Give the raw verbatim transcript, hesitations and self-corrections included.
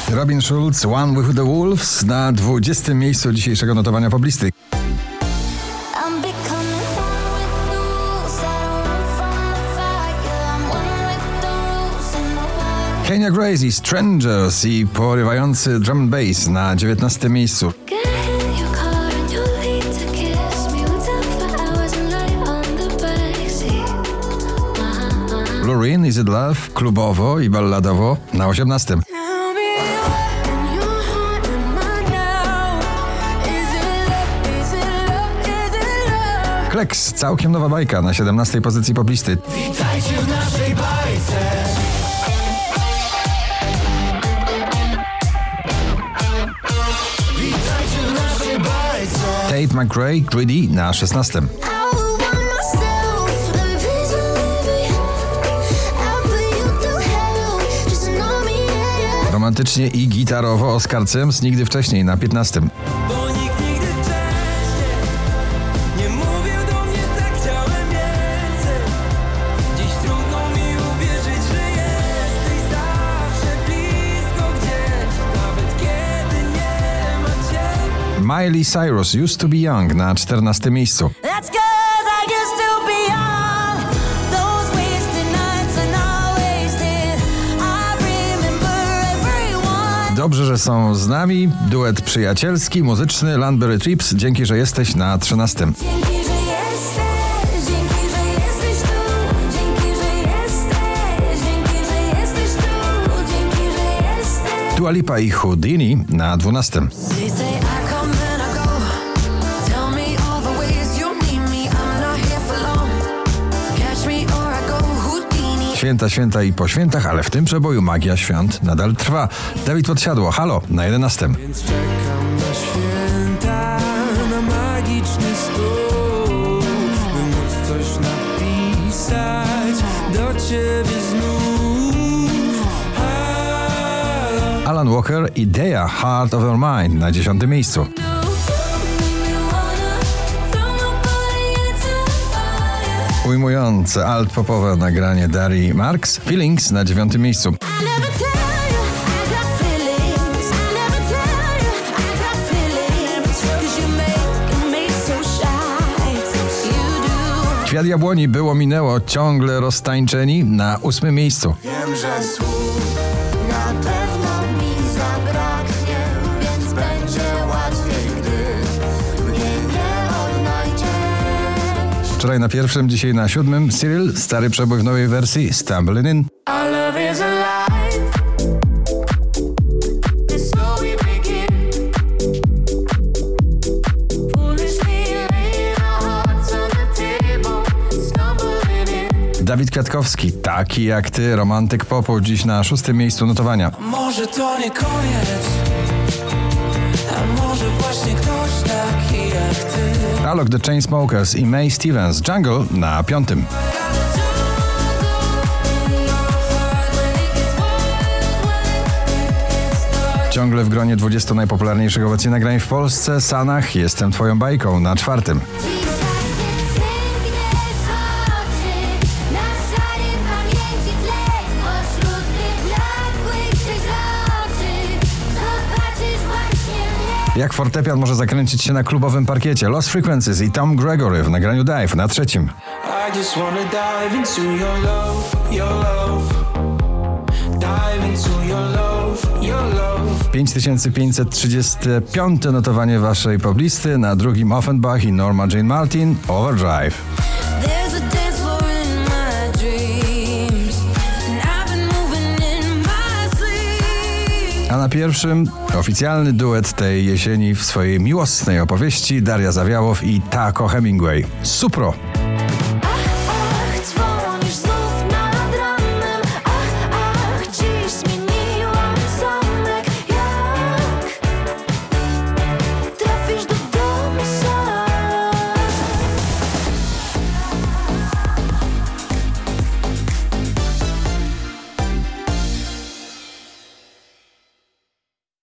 Robin Schulz, One with the Wolves na dwudziestym miejscu dzisiejszego notowania poblisty. Kenya Gracie, Strangers i porywający drum and bass na dziewiętnastym miejscu. Loreen, Is It Love, klubowo i balladowo na osiemnastym. Kleks, całkiem nowa bajka na siedemnastej pozycji poblisty. Witajcie w naszej bajce. Witajcie w naszej bajce. Tate McRae, Greedy na szesnastym. Romantycznie i gitarowo Oscar Sims nigdy wcześniej na piętnastym. Bo nikt nigdy wcześniej nie mówił do mnie tak, chciałem więcej. Dziś trudno mi uwierzyć, że jesteś zawsze blisko gdzieś, nawet kiedy nie ma cię. Miley Cyrus, Used to be Young na czternastym miejscu. That's 'cause I used to be young. Those wasted nights are not wasted. I remember everyone. Dobrze, że są z nami. Duet przyjacielski, muzyczny Landberry Trips. Dzięki, że jesteś na trzynastym. Dzięki, że jesteś, dzięki, że jesteś tu. Dzięki, że jesteś, dzięki, że jesteś tu. Dzięki, że jesteś. Dua Lipa i Houdini na dwunastym. They say I come and I go. Tell me all the ways you need me. I'm not here for long. Catch me or I go Houdini. Święta, święta i po świętach, ale w tym przeboju magia świąt nadal trwa. Dawid Podsiadło, Halo na jedenastym. Więc czekam na święta, na magiczny stół, by móc coś napisać do ciebie znów. Halo. Alan Walker, Idea, Heart of Your Mind na dziesiątym miejscu. Ujmujące alt-popowe nagranie Darii Marks, Feelings na dziewiątym miejscu. Kwiat jabłoni było minęło, ciągle roztańczeni na ósmym miejscu. Wiem, że słów na pewno mi zabraknie, więc będzie łatwiej, gdy mnie nie odnajdziesz. Wczoraj na pierwszym, dzisiaj na siódmym. Cyril, stary przebój w nowej wersji, Stumbling In. Our love is alive. It's so we begin. Foolishly laying our hearts on the table, stumbling in. Dawid Kwiatkowski, taki jak ty, romantyk popu, dziś na szóstym miejscu notowania. Może to nie koniec, a może właśnie ktoś taki jak ty. Alok, The Chainsmokers i Mae Stevens, Jungle na piątym. Ciągle w gronie dwudziestu najpopularniejszych obecnie nagrań w Polsce, Sanach, Jestem twoją bajką na czwartym. Jak fortepian może zakręcić się na klubowym parkiecie? Lost Frequencies i Tom Gregory w nagraniu Dive na trzecim. I just wanna dive into your love, your love. Dive into your love, your love. pięć tysięcy pięćset trzydzieste piąte notowanie waszej poblisty, na drugim Offenbach i Norma Jean Martin, Overdrive. There's a dance floor in my dreams, and I've been moving in my sleep. A na pierwszym oficjalny duet tej jesieni w swojej miłosnej opowieści Daria Zawiałow i Taco Hemingway. Supro.